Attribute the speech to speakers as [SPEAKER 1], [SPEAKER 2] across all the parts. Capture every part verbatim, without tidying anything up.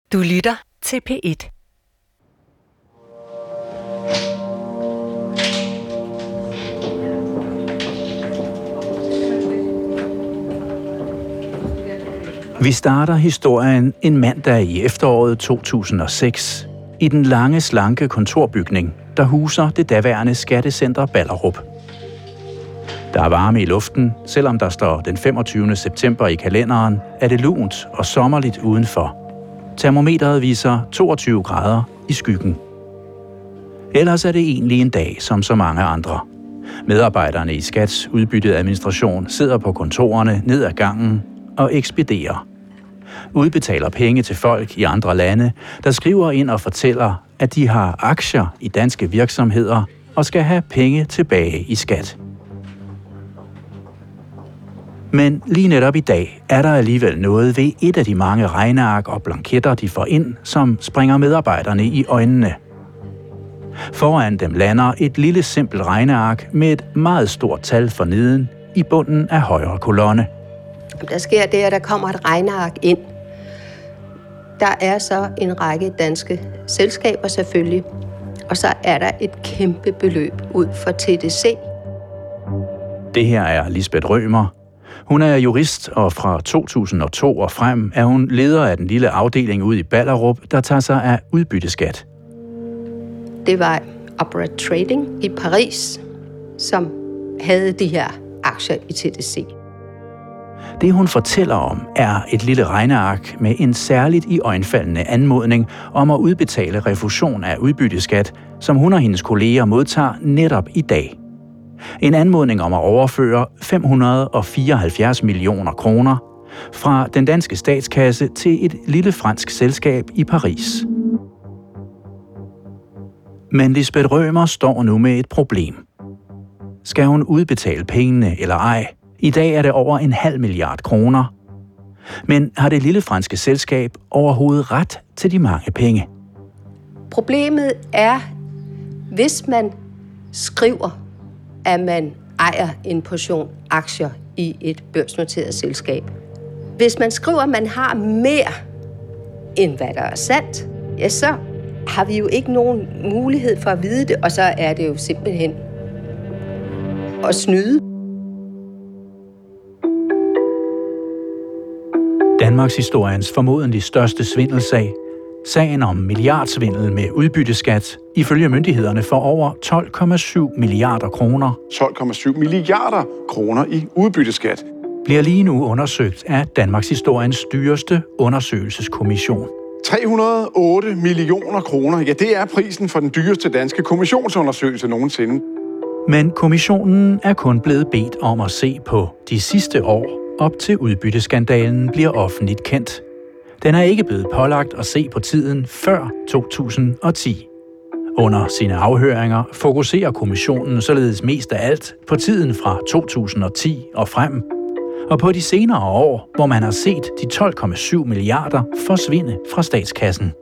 [SPEAKER 1] Du lytter til P et.
[SPEAKER 2] Vi starter historien en mandag i efteråret to tusind og seks i den lange, slanke kontorbygning, der huser det daværende skattecenter Ballerup. Der er varme i luften, selvom der står den femogtyvende september i kalenderen, er det lunt og sommerligt udenfor. Termometeret viser toogtyve grader i skyggen. Ellers er det egentlig en dag som så mange andre. Medarbejderne i Skats udbyttede administration sidder på kontorerne ned ad gangen og ekspederer. Udbetaler penge til folk i andre lande, der skriver ind og fortæller, at de har aktier i danske virksomheder og skal have penge tilbage i skat. Men lige netop i dag er der alligevel noget ved et af de mange regneark og blanketter, de får ind, som springer medarbejderne i øjnene. Foran dem lander et lille simpelt regneark med et meget stort tal for neden i bunden af højre kolonne.
[SPEAKER 3] Der sker det, at der kommer et regneark ind. Der er så en række danske selskaber selvfølgelig, og så er der et kæmpe beløb ud for T D C.
[SPEAKER 2] Det her er Lisbeth Rømer. Hun er jurist, og fra to tusind og to og frem er hun leder af den lille afdeling ude i Ballerup, der tager sig af udbytteskat.
[SPEAKER 3] Det var Opera Trading i Paris, som havde de her aktier i T D C.
[SPEAKER 2] Det hun fortæller om er et lille regneark med en særligt iøjnefaldende anmodning om at udbetale refusion af udbytteskat, som hun og hendes kolleger modtager netop i dag. En anmodning om at overføre fem hundrede og fireoghalvfjerds millioner kroner fra den danske statskasse til et lille fransk selskab i Paris. Men Lisbeth Rømer står nu med et problem. Skal hun udbetale pengene eller ej? I dag er det over en halv milliard kroner. Men har det lille franske selskab overhovedet ret til de mange penge?
[SPEAKER 3] Problemet er, hvis man skriver, at man ejer en portion aktier i et børsnoteret selskab. Hvis man skriver, at man har mere, end hvad der er sandt, ja, så har vi jo ikke nogen mulighed for at vide det, og så er det jo simpelthen at snyde.
[SPEAKER 2] Danmarks historiens formodentlig største svindelsag, sagen om milliardsvindel med udbytteskat, ifølge myndighederne for over tolv komma syv milliarder kroner.
[SPEAKER 4] tolv komma syv milliarder kroner i udbytteskat.
[SPEAKER 2] Bliver lige nu undersøgt af Danmarks historiens dyreste undersøgelseskommission.
[SPEAKER 4] tre hundrede og otte millioner kroner, ja, det er prisen for den dyreste danske kommissionsundersøgelse nogensinde.
[SPEAKER 2] Men kommissionen er kun blevet bedt om at se på de sidste år, op til udbytteskandalen bliver offentligt kendt. Den er ikke blevet pålagt at se på tiden før to tusind og ti. Under sine afhøringer fokuserer kommissionen således mest af alt på tiden fra to tusind og ti og frem, og på de senere år, hvor man har set de tolv komma syv milliarder forsvinde fra statskassen.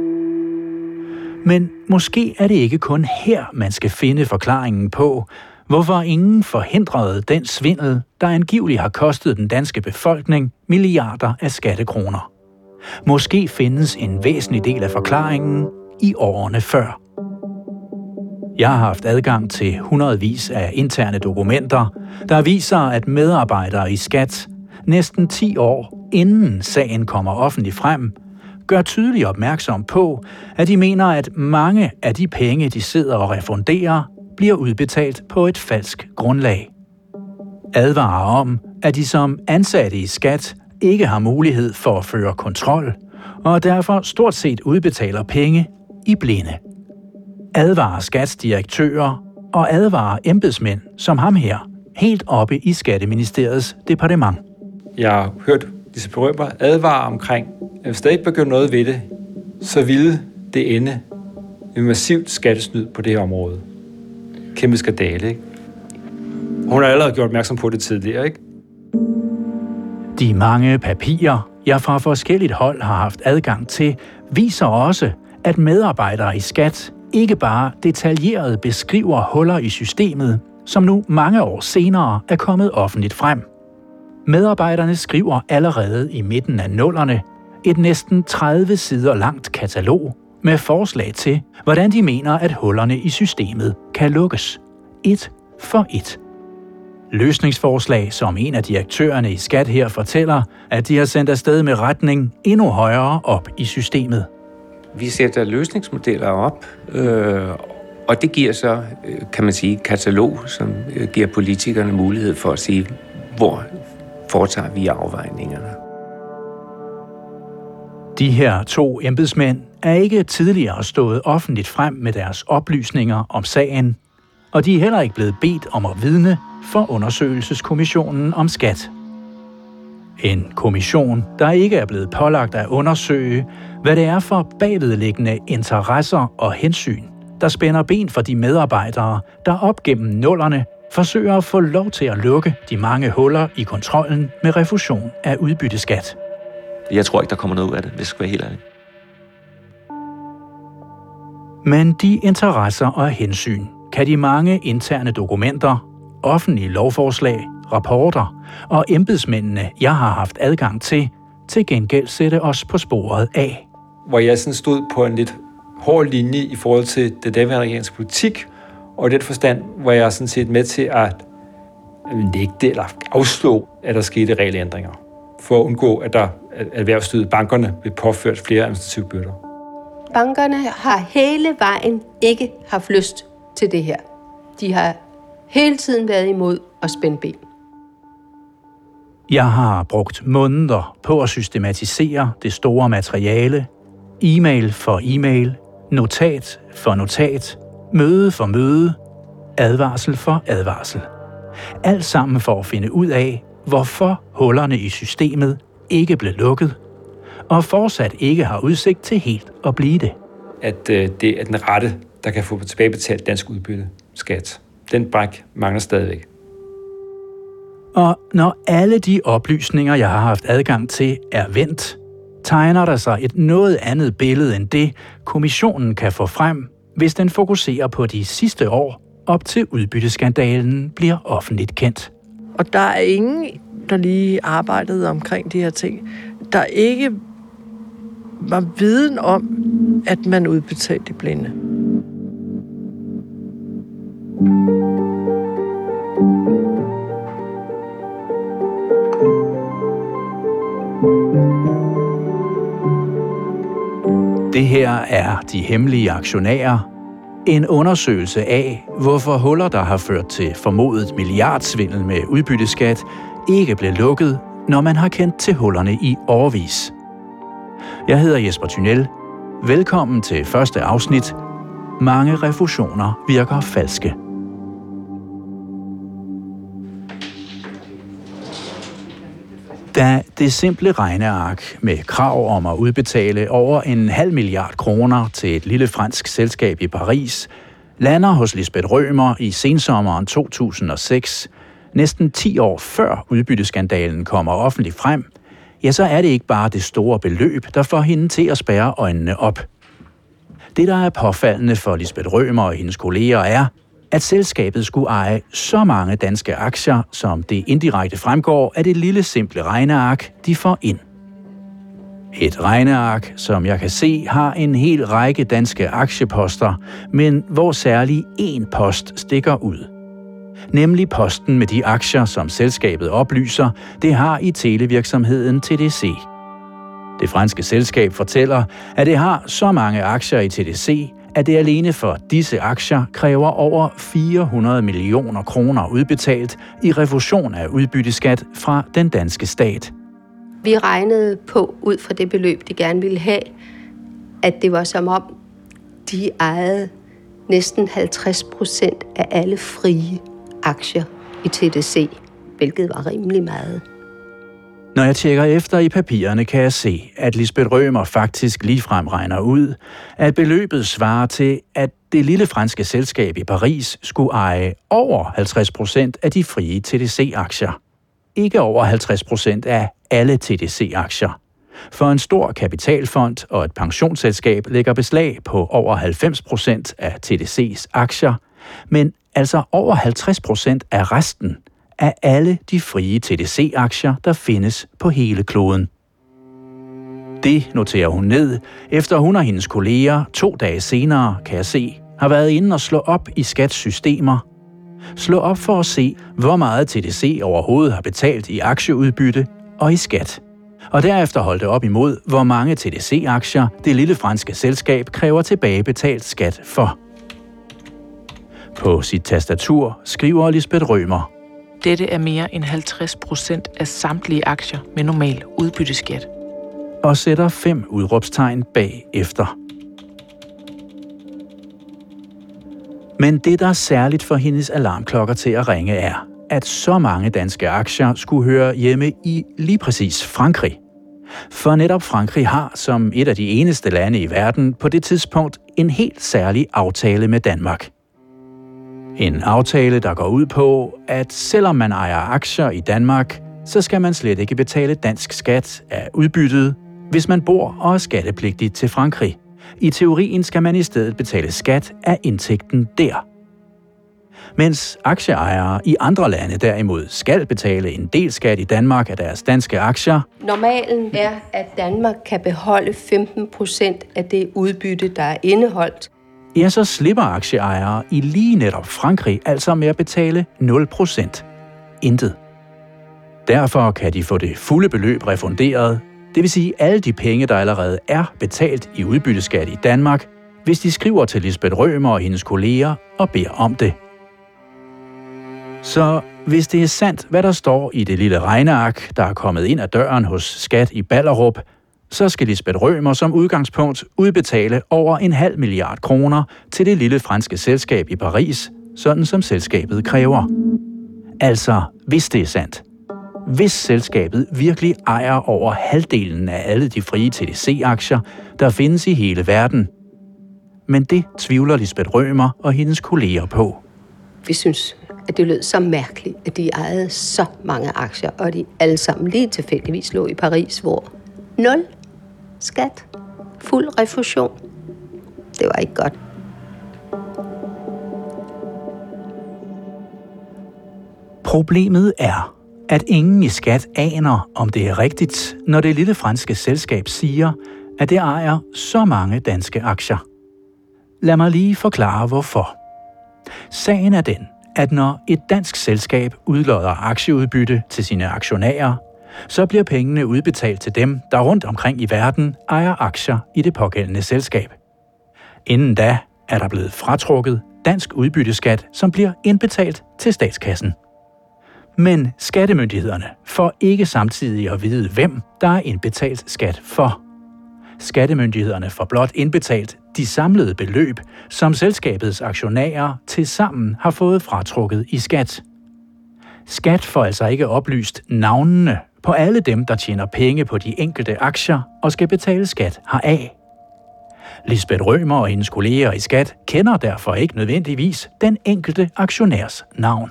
[SPEAKER 2] Men måske er det ikke kun her, man skal finde forklaringen på, hvorfor ingen forhindrede den svindel, der angiveligt har kostet den danske befolkning milliarder af skattekroner. Måske findes en væsentlig del af forklaringen i årene før. Jeg har haft adgang til hundredvis af interne dokumenter, der viser, at medarbejdere i Skat næsten ti år inden sagen kommer offentligt frem, gør tydeligt opmærksom på, at de mener, at mange af de penge, de sidder og refunderer, bliver udbetalt på et falsk grundlag. Advarer om, at de som ansatte i Skat ikke har mulighed for at føre kontrol, og derfor stort set udbetaler penge i blinde. Advarer Skats direktører og advarer embedsmænd som ham her, helt oppe i Skatteministeriets departement.
[SPEAKER 5] Jeg har hørt disse berømmer advare omkring, at hvis der ikke begynder noget ved det, så ville det ende med massivt skattesnyd på det her område. Kæmpe skandale, ikke? Hun har allerede gjort opmærksom på det tidligere, ikke?
[SPEAKER 2] De mange papirer, jeg fra forskelligt hold har haft adgang til, viser også, at medarbejdere i Skat ikke bare detaljeret beskriver huller i systemet, som nu mange år senere er kommet offentligt frem. Medarbejderne skriver allerede i midten af nullerne et næsten tredive sider langt katalog med forslag til, hvordan de mener, at hullerne i systemet kan lukkes. Et for et. Løsningsforslag, som en af direktørerne i Skat her fortæller, at de har sendt afsted med retning endnu højere op i systemet.
[SPEAKER 1] Vi sætter løsningsmodeller op, øh, og det giver så, kan man sige, katalog, som giver politikerne mulighed for at sige, hvor foretager vi afvejningerne.
[SPEAKER 2] De her to embedsmænd er ikke tidligere stået offentligt frem med deres oplysninger om sagen, og de er heller ikke blevet bedt om at vidne for undersøgelseskommissionen om skat. En kommission, der ikke er blevet pålagt at undersøge, hvad det er for bagvedliggende interesser og hensyn, der spænder ben for de medarbejdere, der op gennem nullerne forsøger at få lov til at lukke de mange huller i kontrollen med refusion af udbytteskat.
[SPEAKER 6] Jeg tror ikke, der kommer noget ud af det, hvis jeg skal være helt ærlig.
[SPEAKER 2] Men de interesser og hensyn kan de mange interne dokumenter, offentlige lovforslag, rapporter og embedsmændene, jeg har haft adgang til, til gengæld sætte os på sporet af.
[SPEAKER 5] Hvor jeg sådan stod på en lidt hård linje i forhold til det daværende regerings politik, og i den forstand, hvor jeg sådan set med til at nægte eller afslå, at der skete regelændringer, for at undgå, at der at erhvervslivet, bankerne, blev påført flere administrative byrder.
[SPEAKER 3] Bankerne har hele vejen ikke haft lyst til det her. De har hele tiden været imod at spænde ben.
[SPEAKER 2] Jeg har brugt måneder på at systematisere det store materiale, e-mail for e-mail, notat for notat, møde for møde, advarsel for advarsel. Alt sammen for at finde ud af, hvorfor hullerne i systemet ikke blev lukket, og fortsat ikke har udsigt til helt at blive det.
[SPEAKER 5] At øh, det er den rette, der kan få tilbagebetalt dansk udbytte skat. Den bræk mangler stadigvæk.
[SPEAKER 2] Og når alle de oplysninger, jeg har haft adgang til, er vendt, tegner der sig et noget andet billede end det, kommissionen kan få frem, hvis den fokuserer på de sidste år, op til udbytteskandalen bliver offentligt kendt.
[SPEAKER 7] Og der er ingen, der lige arbejdede omkring de her ting, der ikke var viden om, at man udbetalte blinde.
[SPEAKER 2] Det her er De Hemmelige Aktionærer. En undersøgelse af, hvorfor huller, der har ført til formodet milliardsvindel med udbytteskat, ikke blev lukket, når man har kendt til hullerne i årevis. Jeg hedder Jesper Thunel. Velkommen til første afsnit. Mange refusioner virker falske. Da det simple regneark med krav om at udbetale over en halv milliard kroner til et lille fransk selskab i Paris lander hos Lisbeth Rømer i sensommeren to tusind og seks, næsten ti år før udbytteskandalen kommer offentligt frem, ja, så er det ikke bare det store beløb, der får hende til at spærre øjnene op. Det, der er påfaldende for Lisbeth Rømer og hendes kolleger, er, at selskabet skulle eje så mange danske aktier, som det indirekte fremgår af det lille simple regneark, de får ind. Et regneark, som jeg kan se, har en hel række danske aktieposter, men hvor særlig én post stikker ud. Nemlig posten med de aktier, som selskabet oplyser, det har i televirksomheden T D C. Det franske selskab fortæller, at det har så mange aktier i T D C, at det alene for disse aktier kræver over fire hundrede millioner kroner udbetalt i refusion af udbytteskat fra den danske stat.
[SPEAKER 3] Vi regnede på, ud fra det beløb, de gerne ville have, at det var som om, de ejede næsten halvtreds procent af alle frie aktier i T D C, hvilket var rimelig meget.
[SPEAKER 2] Når jeg tjekker efter i papirerne, kan jeg se, at Lisbeth Rømer faktisk ligefrem regner ud, at beløbet svarer til, at det lille franske selskab i Paris skulle eje over halvtreds procent af de frie T D C-aktier. Ikke over halvtreds procent af alle T D C-aktier. For en stor kapitalfond og et pensionsselskab lægger beslag på over halvfems procent af T D C's aktier, men altså over halvtreds procent af resten af alle de frie T D C-aktier, der findes på hele kloden. Det noterer hun ned, efter hun og hendes kolleger to dage senere, kan jeg se, har været inde og slå op i Skats systemer. Slå op for at se, hvor meget T D C overhovedet har betalt i aktieudbytte og i skat. Og derefter holdt det op imod, hvor mange T D C-aktier det lille franske selskab kræver tilbagebetalt skat for. På sit tastatur skriver Lisbeth Rømer:
[SPEAKER 8] Dette er mere end halvtreds procent af samtlige aktier med normal udbytteskat.
[SPEAKER 2] Og sætter fem udråbstegn bagefter. Men det, der er særligt for hendes alarmklokker til at ringe, er, at så mange danske aktier skulle høre hjemme i lige præcis Frankrig. For netop Frankrig har, som et af de eneste lande i verden, på det tidspunkt en helt særlig aftale med Danmark. En aftale, der går ud på, at selvom man ejer aktier i Danmark, så skal man slet ikke betale dansk skat af udbyttet, hvis man bor og er skattepligtig til Frankrig. I teorien skal man i stedet betale skat af indtægten der. Mens aktieejere i andre lande derimod skal betale en del skat i Danmark af deres danske aktier.
[SPEAKER 3] Normalen er, at Danmark kan beholde femten procent af det udbytte, der er indeholdt.
[SPEAKER 2] Ja, så slipper aktieejere i lige netop Frankrig altså med at betale nul procent. Intet. Derfor kan de få det fulde beløb refunderet, det vil sige alle de penge, der allerede er betalt i udbytteskat i Danmark, hvis de skriver til Lisbeth Rømer og hendes kolleger og beder om det. Så hvis det er sandt, hvad der står i det lille regneark, der er kommet ind ad døren hos Skat i Ballerup, så skal Lisbeth Rømer som udgangspunkt udbetale over en halv milliard kroner til det lille franske selskab i Paris, sådan som selskabet kræver. Altså, hvis det er sandt. Hvis selskabet virkelig ejer over halvdelen af alle de frie T D C-aktier, der findes i hele verden. Men det tvivler Lisbeth Rømer og hendes kolleger på.
[SPEAKER 3] Vi synes, at det lød så mærkeligt, at de ejede så mange aktier, og de alle sammen lige tilfældigvis lå i Paris, hvor nul skat, fuld refusion. Det var ikke godt.
[SPEAKER 2] Problemet er, at ingen i skat aner, om det er rigtigt, når det lille franske selskab siger, at det ejer så mange danske aktier. Lad mig lige forklare, hvorfor. Sagen er den, at når et dansk selskab udlodder aktieudbytte til sine aktionærer, så bliver pengene udbetalt til dem, der rundt omkring i verden ejer aktier i det pågældende selskab. Inden da er der blevet fratrukket dansk udbytteskat, som bliver indbetalt til statskassen. Men skattemyndighederne får ikke samtidig at vide, hvem der er indbetalt skat for. Skattemyndighederne får blot indbetalt de samlede beløb, som selskabets aktionærer til sammen har fået fratrukket i skat. Skat får altså ikke oplyst navnene på alle dem, der tjener penge på de enkelte aktier og skal betale skat heraf. Lisbeth Rømer og hendes kolleger i skat kender derfor ikke nødvendigvis den enkelte aktionærs navn.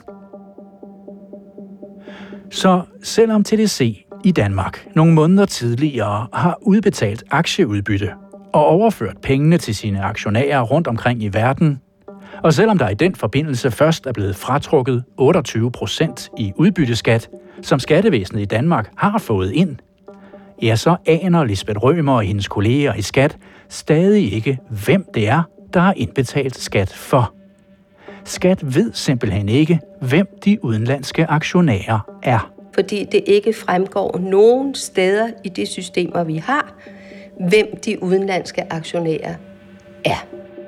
[SPEAKER 2] Så selvom T D C i Danmark nogle måneder tidligere har udbetalt aktieudbytte og overført pengene til sine aktionærer rundt omkring i verden, og selvom der i den forbindelse først er blevet fratrukket otteogtyve procent i udbytteskat, som skattevæsenet i Danmark har fået ind, ja, så aner Lisbeth Rømer og hendes kolleger i skat stadig ikke, hvem det er, der har indbetalt skat for. Skat ved simpelthen ikke, hvem de udenlandske aktionærer er.
[SPEAKER 3] Fordi det ikke fremgår nogen steder i de systemer, vi har, hvem de udenlandske aktionærer er.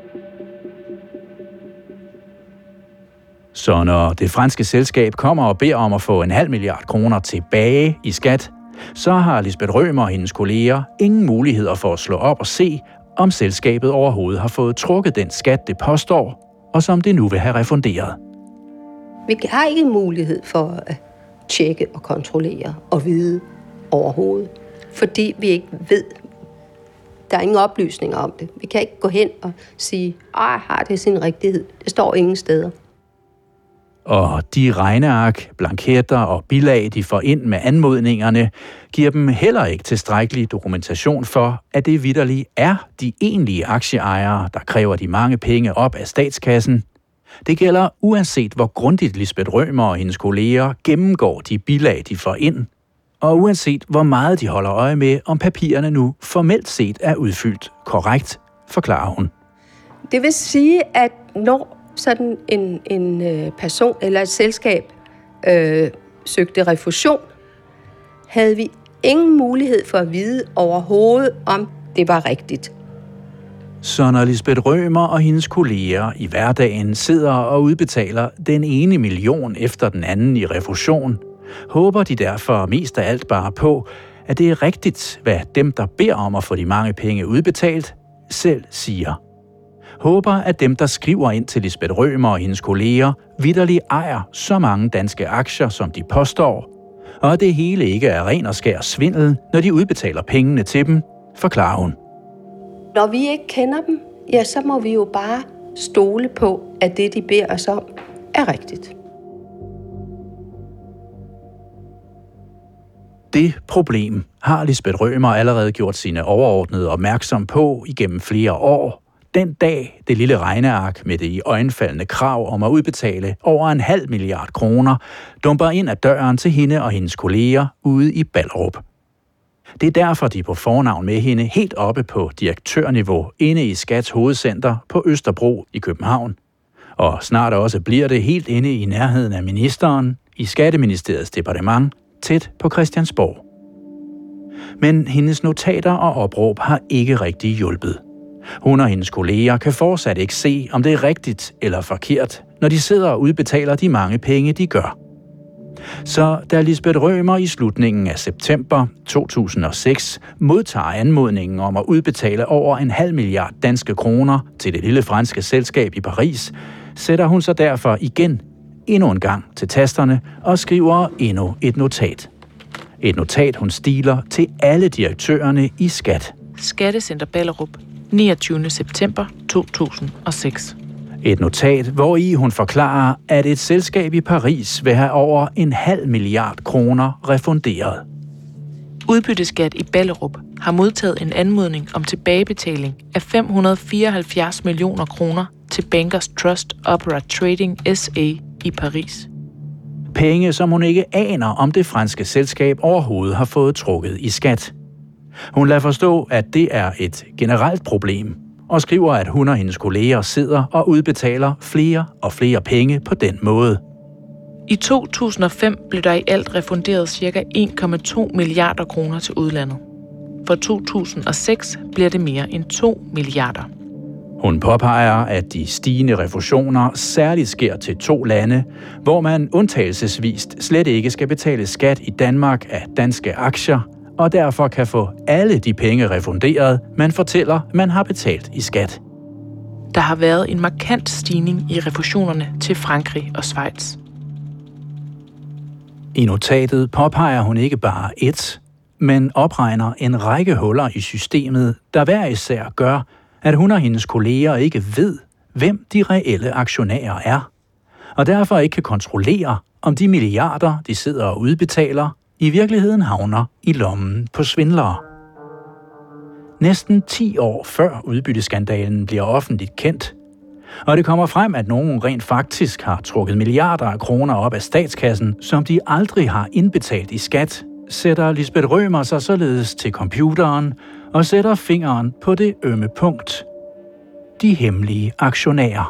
[SPEAKER 2] Så når det franske selskab kommer og beder om at få en halv milliard kroner tilbage i skat, så har Lisbeth Rømer og hendes kolleger ingen muligheder for at slå op og se, om selskabet overhovedet har fået trukket den skat, det påstår, og som det nu vil have refunderet.
[SPEAKER 3] Vi har ikke mulighed for at tjekke og kontrollere og vide overhovedet, fordi vi ikke ved, der er ingen oplysninger om det. Vi kan ikke gå hen og sige, ej, har det sin rigtighed? Det står ingen steder.
[SPEAKER 2] Og de regneark, blanketter og bilag, de får ind med anmodningerne, giver dem heller ikke tilstrækkelig dokumentation for, at det vitterligt er de egentlige aktieejere, der kræver de mange penge op af statskassen. Det gælder uanset hvor grundigt Lisbeth Rømer og hendes kolleger gennemgår de bilag, de får ind, Og uanset hvor meget de holder øje med, om papirerne nu formelt set er udfyldt korrekt, forklarer hun.
[SPEAKER 3] Det vil sige, at når sådan en, en person eller et selskab øh, søgte refusion, havde vi ingen mulighed for at vide overhovedet, om det var rigtigt.
[SPEAKER 2] Så når Lisbeth Rømer og hendes kolleger i hverdagen sidder og udbetaler den ene million efter den anden i refusion, håber de derfor mest af alt bare på, at det er rigtigt, hvad dem, der beder om at få de mange penge udbetalt, selv siger. Håber, at dem, der skriver ind til Lisbeth Rømer og hendes kolleger, vitterligt ejer så mange danske aktier, som de påstår, og at det hele ikke er ren og skær svindel, når de udbetaler pengene til dem, forklarer hun.
[SPEAKER 3] Når vi ikke kender dem, ja, så må vi jo bare stole på, at det, de beder os om, er rigtigt.
[SPEAKER 2] Det problem har Lisbeth Rømer allerede gjort sine overordnede opmærksom på igennem flere år. Den dag, det lille regneark med det i øjenfaldende krav om at udbetale over en halv milliard kroner, dumper ind ad døren til hende og hendes kolleger ude i Ballerup. Det er derfor, de er på fornavn med hende helt oppe på direktørniveau inde i Skats hovedcenter på Østerbro i København. Og snart også bliver det helt inde i nærheden af ministeren i Skatteministeriets departement, tæt på Christiansborg. Men hendes notater og opråb har ikke rigtig hjulpet. Hun og hendes kolleger kan fortsat ikke se, om det er rigtigt eller forkert, når de sidder og udbetaler de mange penge, de gør. Så da Lisbeth Rømer i slutningen af september to tusind og seks modtager anmodningen om at udbetale over en halv milliard danske kroner til det lille franske selskab i Paris, sætter hun sig derfor igen endnu en gang til tasterne og skriver endnu et notat. Et notat, hun stiler til alle direktørerne i Skat.
[SPEAKER 8] Skattecenter Ballerup, niogtyvende september to tusind og seks.
[SPEAKER 2] Et notat, hvori hun forklarer, at et selskab i Paris vil have over en halv milliard kroner refunderet.
[SPEAKER 8] Udbytteskat i Ballerup har modtaget en anmodning om tilbagebetaling af fem hundrede og fireoghalvfjerds millioner kroner til Bankers Trust Opera Trading S A i Paris.
[SPEAKER 2] Penge, som hun ikke aner, om det franske selskab overhovedet har fået trukket i skat. Hun lader forstå, at det er et generelt problem, og skriver, at hun og hendes kolleger sidder og udbetaler flere og flere penge på den måde.
[SPEAKER 8] I to tusind og fem blev der i alt refunderet ca. en komma to milliarder kroner til udlandet. For to tusind og seks bliver det mere end to milliarder.
[SPEAKER 2] Hun påpeger, at de stigende refusioner særligt sker til to lande, hvor man undtagelsesvist slet ikke skal betale skat i Danmark af danske aktier, og derfor kan få alle de penge refunderet, man fortæller, man har betalt i skat.
[SPEAKER 8] Der har været en markant stigning i refusionerne til Frankrig og Schweiz.
[SPEAKER 2] I notatet påpeger hun ikke bare ét, men opregner en række huller i systemet, der hver især gør, at hun og hendes kolleger ikke ved, hvem de reelle aktionærer er, og derfor ikke kan kontrollere, om de milliarder, de sidder og udbetaler, i virkeligheden havner i lommen på svindlere. Næsten ti år før udbytteskandalen bliver offentligt kendt, og det kommer frem, at nogen rent faktisk har trukket milliarder af kroner op af statskassen, som de aldrig har indbetalt i skat, sætter Lisbeth Rømer sig således til computeren og sætter fingeren på det ømme punkt. De hemmelige aktionærer.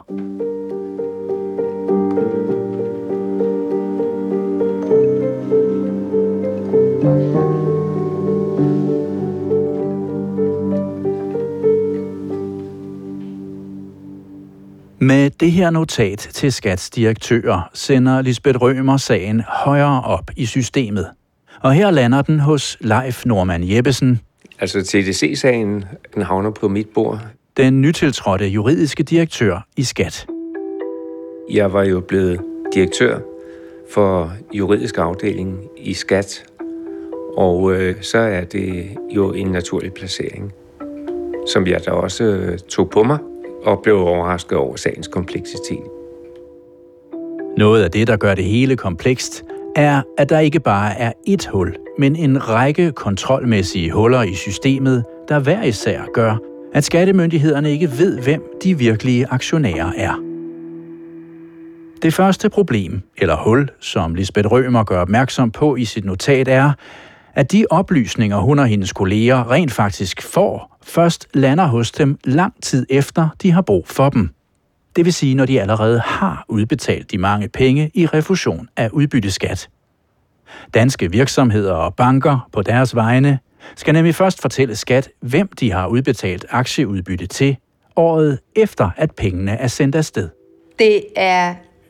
[SPEAKER 2] Med det her notat til Skats direktører sender Lisbeth Rømer sagen højere op i systemet. Og her lander den hos Leif Norman Jeppesen.
[SPEAKER 1] Altså T D C-sagen, den havner på mit bord.
[SPEAKER 2] Den nytiltrådte juridiske direktør i Skat.
[SPEAKER 1] Jeg var jo blevet direktør for juridisk afdeling i Skat, og øh, så er det jo en naturlig placering, som jeg da også øh, tog på mig og blev overrasket over sagens kompleksitet.
[SPEAKER 2] Noget af det, der gør det hele komplekst, er, at der ikke bare er ét hul, men en række kontrolmæssige huller i systemet, der hver især gør, at skattemyndighederne ikke ved, hvem de virkelige aktionærer er. Det første problem, eller hul, som Lisbeth Rømer gør opmærksom på i sit notat, er, at de oplysninger, hun og hendes kolleger rent faktisk får, først lander hos dem lang tid efter, de har brug for dem. Det vil sige, når de allerede har udbetalt de mange penge i refusion af udbytteskat. Danske virksomheder og banker på deres vegne skal nemlig først fortælle skat, hvem de har udbetalt aktieudbytte til, året efter, at pengene er sendt afsted.
[SPEAKER 3] Det er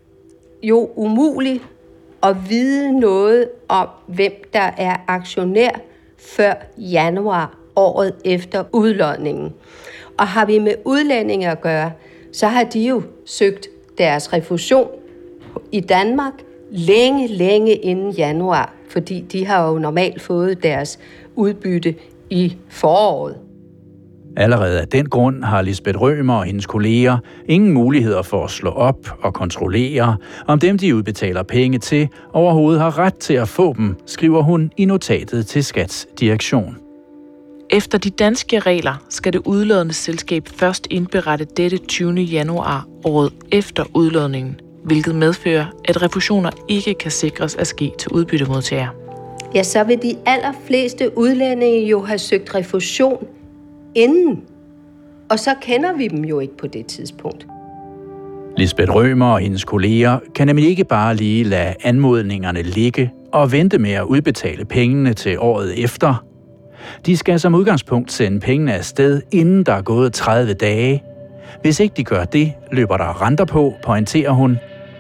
[SPEAKER 3] jo umuligt at vide noget om, hvem der er aktionær før januar året efter udlodningen. Og har vi med udlændinge at gøre, så har de jo søgt deres refusion i Danmark længe, længe inden januar, fordi de har jo normalt fået deres udbytte i foråret.
[SPEAKER 2] Allerede af den grund har Lisbeth Rømer og hendes kolleger ingen muligheder for at slå op og kontrollere, om dem de udbetaler penge til overhovedet har ret til at få dem, skriver hun i notatet til Skats direktion.
[SPEAKER 8] Efter de danske regler skal det udlodende selskab først indberette dette tyvende januar året efter udlodningen, hvilket medfører, at refusioner ikke kan sikres at ske til udbyttemodtagere.
[SPEAKER 3] Ja, så vil de allerfleste udlændinge jo have søgt refusion inden, og så kender vi dem jo ikke på det tidspunkt.
[SPEAKER 2] Lisbeth Rømer og hendes kolleger kan nemlig ikke bare lige lade anmodningerne ligge og vente med at udbetale pengene til året efter. De skal som udgangspunkt sende pengene afsted, inden der er gået tredive dage. Hvis ikke de gør det, løber der renter på, pointerer hun.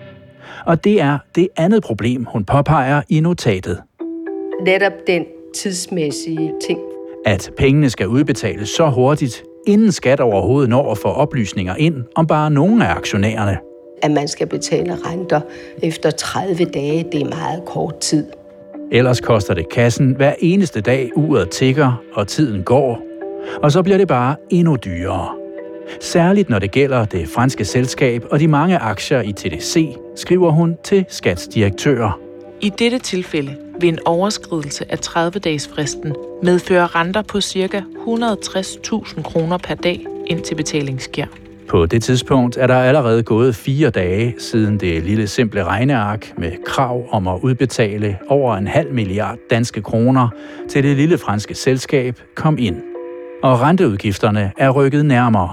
[SPEAKER 2] Og det er det andet problem, hun påpeger i notatet.
[SPEAKER 3] Netop den tidsmæssige ting.
[SPEAKER 2] At pengene skal udbetales så hurtigt, inden skat overhovedet når at få oplysninger ind om bare nogle af aktionærerne.
[SPEAKER 3] At man skal betale renter efter tredive dage, det er meget kort tid.
[SPEAKER 2] Ellers koster det kassen hver eneste dag, uret tikker og tiden går. Og så bliver det bare endnu dyrere. Særligt når det gælder det franske selskab og de mange aktier i T D C, skriver hun til Skats direktør.
[SPEAKER 8] I dette tilfælde vil en overskridelse af tredive-dagesfristen medføre renter på ca. et hundrede og tres tusind kroner per dag, indtil betaling sker.
[SPEAKER 2] På det tidspunkt er der allerede gået fire dage siden det lille simple regneark med krav om at udbetale over en halv milliard danske kroner til det lille franske selskab kom ind. Og renteudgifterne er rykket nærmere.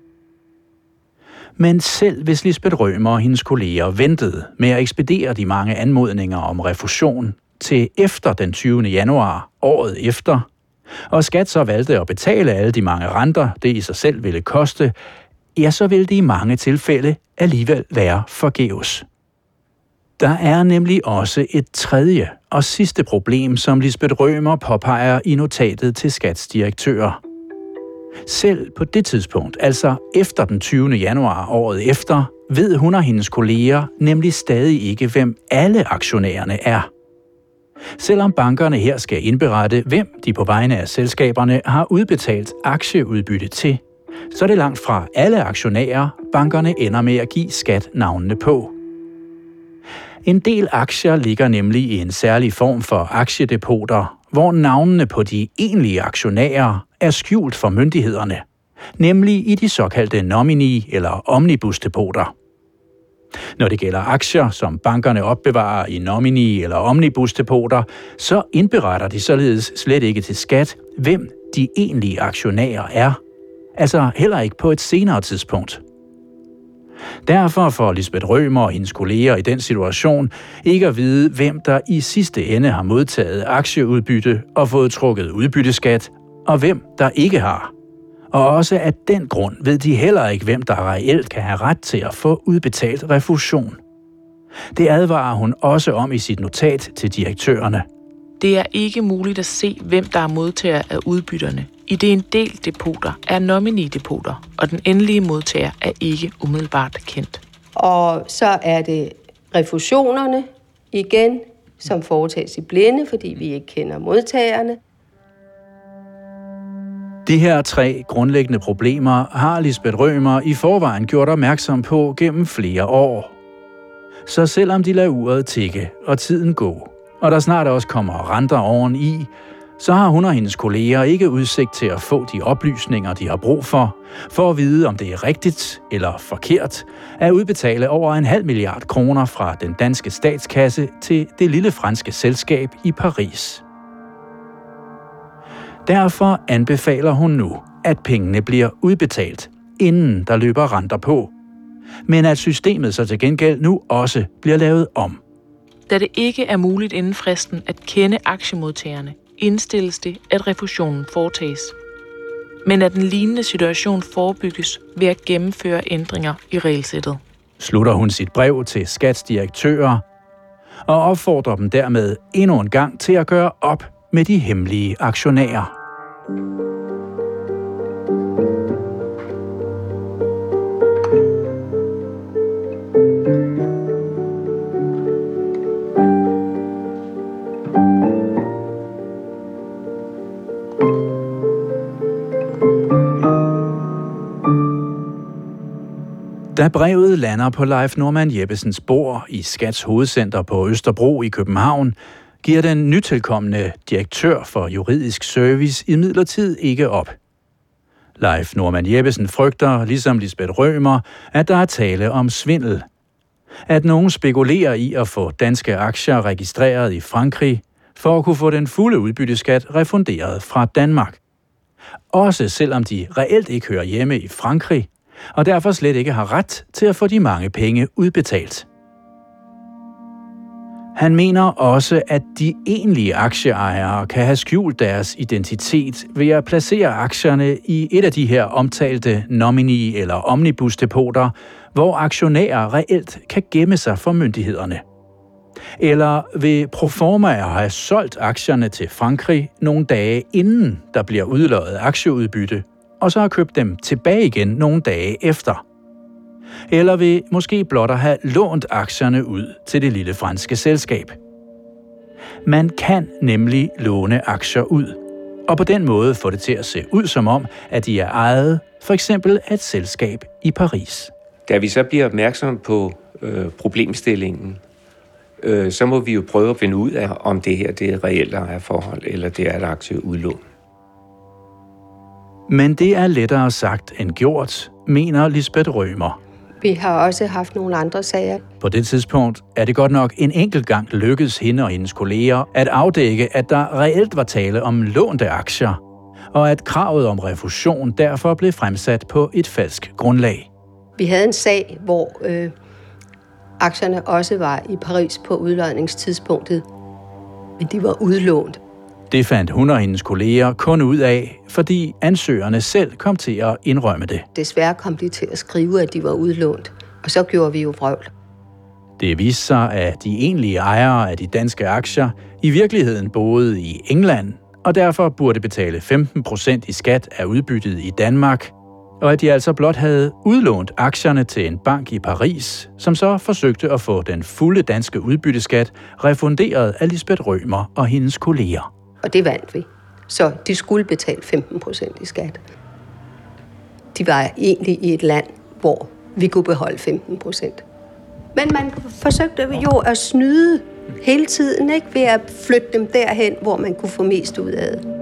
[SPEAKER 2] Men selv hvis Lisbeth Rømer og hendes kolleger ventede med at ekspedere de mange anmodninger om refusion til efter den tyvende januar året efter, og skat så valgte at betale alle de mange renter, det i sig selv ville koste, ja, så vil det i mange tilfælde alligevel være forgæves. Der er nemlig også et tredje og sidste problem, som Lisbeth Rømer påpeger i notatet til Skats direktører. Selv på det tidspunkt, altså efter den tyvende januar året efter, ved hun og hendes kolleger nemlig stadig ikke, hvem alle aktionærerne er. Selvom bankerne her skal indberette, hvem de på vegne af selskaberne har udbetalt aktieudbytte til, så er det langt fra alle aktionærer, bankerne ender med at give skat navnene på. En del aktier ligger nemlig i en særlig form for aktiedepoter, hvor navnene på de egentlige aktionærer er skjult for myndighederne, nemlig i de såkaldte nomini- eller omnibusdepoter. Når det gælder aktier, som bankerne opbevarer i nomini- eller omnibusdepoter, så indberetter de således slet ikke til skat, hvem de egentlige aktionærer er, altså heller ikke på et senere tidspunkt. Derfor får Lisbeth Rømer og hendes kolleger i den situation ikke at vide, hvem der i sidste ende har modtaget aktieudbytte og fået trukket udbytteskat, og hvem der ikke har. Og også af den grund ved de heller ikke, hvem der reelt kan have ret til at få udbetalt refusion. Det advarer hun også om i sit notat til direktørerne.
[SPEAKER 8] Det er ikke muligt at se, hvem der er modtager af udbytterne, i det en del depoter er nomini-depoter, og den endelige modtager er ikke umiddelbart kendt.
[SPEAKER 3] Og så er det refusionerne igen, som foretages i blinde, fordi vi ikke kender modtagerne.
[SPEAKER 2] De her tre grundlæggende problemer har Lisbeth Rømer i forvejen gjort opmærksom på gennem flere år. Så selvom de lader uret tikke og tiden gå, og der snart også kommer renter oveni, så har hun og hendes kolleger ikke udsigt til at få de oplysninger, de har brug for, for at vide, om det er rigtigt eller forkert, at udbetale over en halv milliard kroner fra den danske statskasse til det lille franske selskab i Paris. Derfor anbefaler hun nu, at pengene bliver udbetalt, inden der løber renter på. Men at systemet så til gengæld nu også bliver lavet om.
[SPEAKER 8] Da det ikke er muligt inden fristen at kende aktiemodtagerne, indstilles det, at refusionen foretages. Men at en lignende situation forebygges ved at gennemføre ændringer i regelsættet.
[SPEAKER 2] Slutter hun sit brev til Skats direktører og opfordrer dem dermed endnu en gang til at gøre op med de hemmelige aktionærer. Da brevet lander på Leif Norman Jeppesens bord i Skats hovedcenter på Østerbro i København, giver den nytilkommende direktør for juridisk service imidlertid ikke op. Leif Norman Jeppesen frygter, ligesom Lisbeth Rømer, at der er tale om svindel. At nogen spekulerer i at få danske aktier registreret i Frankrig, for at kunne få den fulde udbytteskat refunderet fra Danmark. Også selvom de reelt ikke hører hjemme i Frankrig, og derfor slet ikke har ret til at få de mange penge udbetalt. Han mener også, at de egentlige aktieejere kan have skjult deres identitet ved at placere aktierne i et af de her omtalte nominee- eller omnibusdepoter, hvor aktionærer reelt kan gemme sig for myndighederne. Eller ved proforma at have solgt aktierne til Frankrig nogle dage inden der bliver udloddet aktieudbytte, og så har købt dem tilbage igen nogle dage efter. Eller ved måske blot at have lånt aktierne ud til det lille franske selskab. Man kan nemlig låne aktier ud, og på den måde få det til at se ud som om, at de er ejet for eksempel af et selskab i Paris.
[SPEAKER 1] Da vi så bliver opmærksomme på øh, problemstillingen, øh, så må vi jo prøve at finde ud af, om det her det er reelt ejerforhold, eller det er et aktieudlån.
[SPEAKER 2] Men det er lettere sagt end gjort, mener Lisbeth Rømer.
[SPEAKER 3] Vi har også haft nogle andre sager.
[SPEAKER 2] På det tidspunkt er det godt nok en enkelt gang lykkedes hende og hendes kolleger at afdække, at der reelt var tale om lånte aktier, og at kravet om refusion derfor blev fremsat på et falsk grundlag.
[SPEAKER 3] Vi havde en sag, hvor øh, aktierne også var i Paris på udlodningstidspunktet, men de var udlånt.
[SPEAKER 2] Det fandt hun og hendes kolleger kun ud af, fordi ansøgerne selv kom til at indrømme det.
[SPEAKER 3] Desværre kom de til at skrive, at de var udlånt, og så gjorde vi jo vrøvl.
[SPEAKER 2] Det viste sig, at de egentlige ejere af de danske aktier i virkeligheden boede i England, og derfor burde betale femten procent i skat af udbyttet i Danmark, og at de altså blot havde udlånt aktierne til en bank i Paris, som så forsøgte at få den fulde danske udbytteskat refunderet af Lisbeth Rømer og hendes kolleger.
[SPEAKER 3] Og det vandt vi. Så de skulle betale femten procent i skat. De var egentlig i et land, hvor vi kunne beholde femten procent. Men man forsøgte jo at snyde hele tiden, ikke? Ved at flytte dem derhen, hvor man kunne få mest ud af det.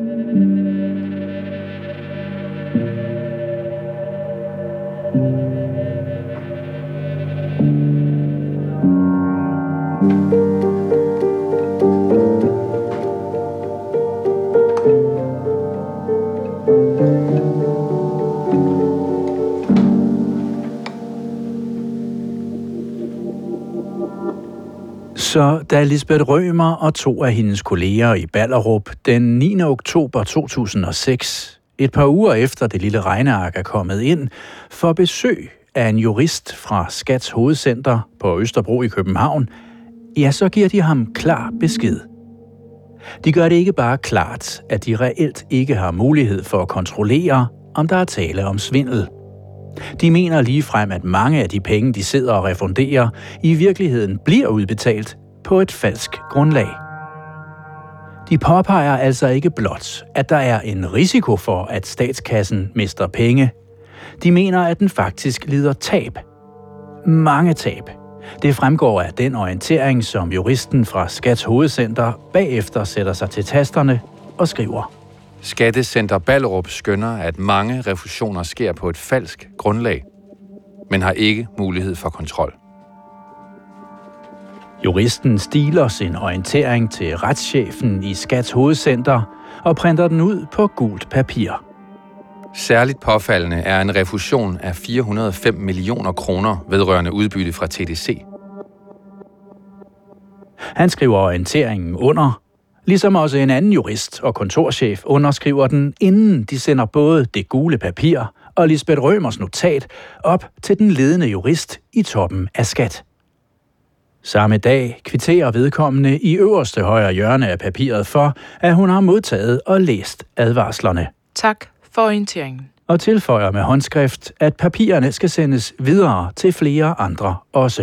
[SPEAKER 2] Så da Lisbeth Rømer og to af hendes kolleger i Ballerup den niende oktober to tusind og seks, et par uger efter det lille regneark er kommet ind, får besøg af en jurist fra Skats hovedcenter på Østerbro i København, ja, så giver de ham klar besked. De gør det ikke bare klart, at de reelt ikke har mulighed for at kontrollere, om der er tale om svindel. De mener ligefrem, at mange af de penge, de sidder og refunderer, i virkeligheden bliver udbetalt på et falsk grundlag. De påpeger altså ikke blot, at der er en risiko for, at statskassen mister penge. De mener, at den faktisk lider tab. Mange tab. Det fremgår af den orientering, som juristen fra Skats hovedcenter bagefter sætter sig til tasterne og skriver.
[SPEAKER 9] Skattecenter Ballerup skønner, at mange refusioner sker på et falsk grundlag, men har ikke mulighed for kontrol.
[SPEAKER 2] Juristen stiler sin orientering til retschefen i Skats hovedcenter, og printer den ud på gult papir.
[SPEAKER 9] Særligt påfaldende er en refusion af fire hundrede og fem millioner kroner vedrørende udbytte fra T D C.
[SPEAKER 2] Han skriver orienteringen under, ligesom også en anden jurist og kontorchef underskriver den, inden de sender både det gule papir og Lisbeth Rømers notat op til den ledende jurist i toppen af Skat. Samme dag kvitterer vedkommende i øverste højre hjørne af papiret for, at hun har modtaget og læst advarslerne.
[SPEAKER 8] Tak for orienteringen.
[SPEAKER 2] Og tilføjer med håndskrift, at papirerne skal sendes videre til flere andre også.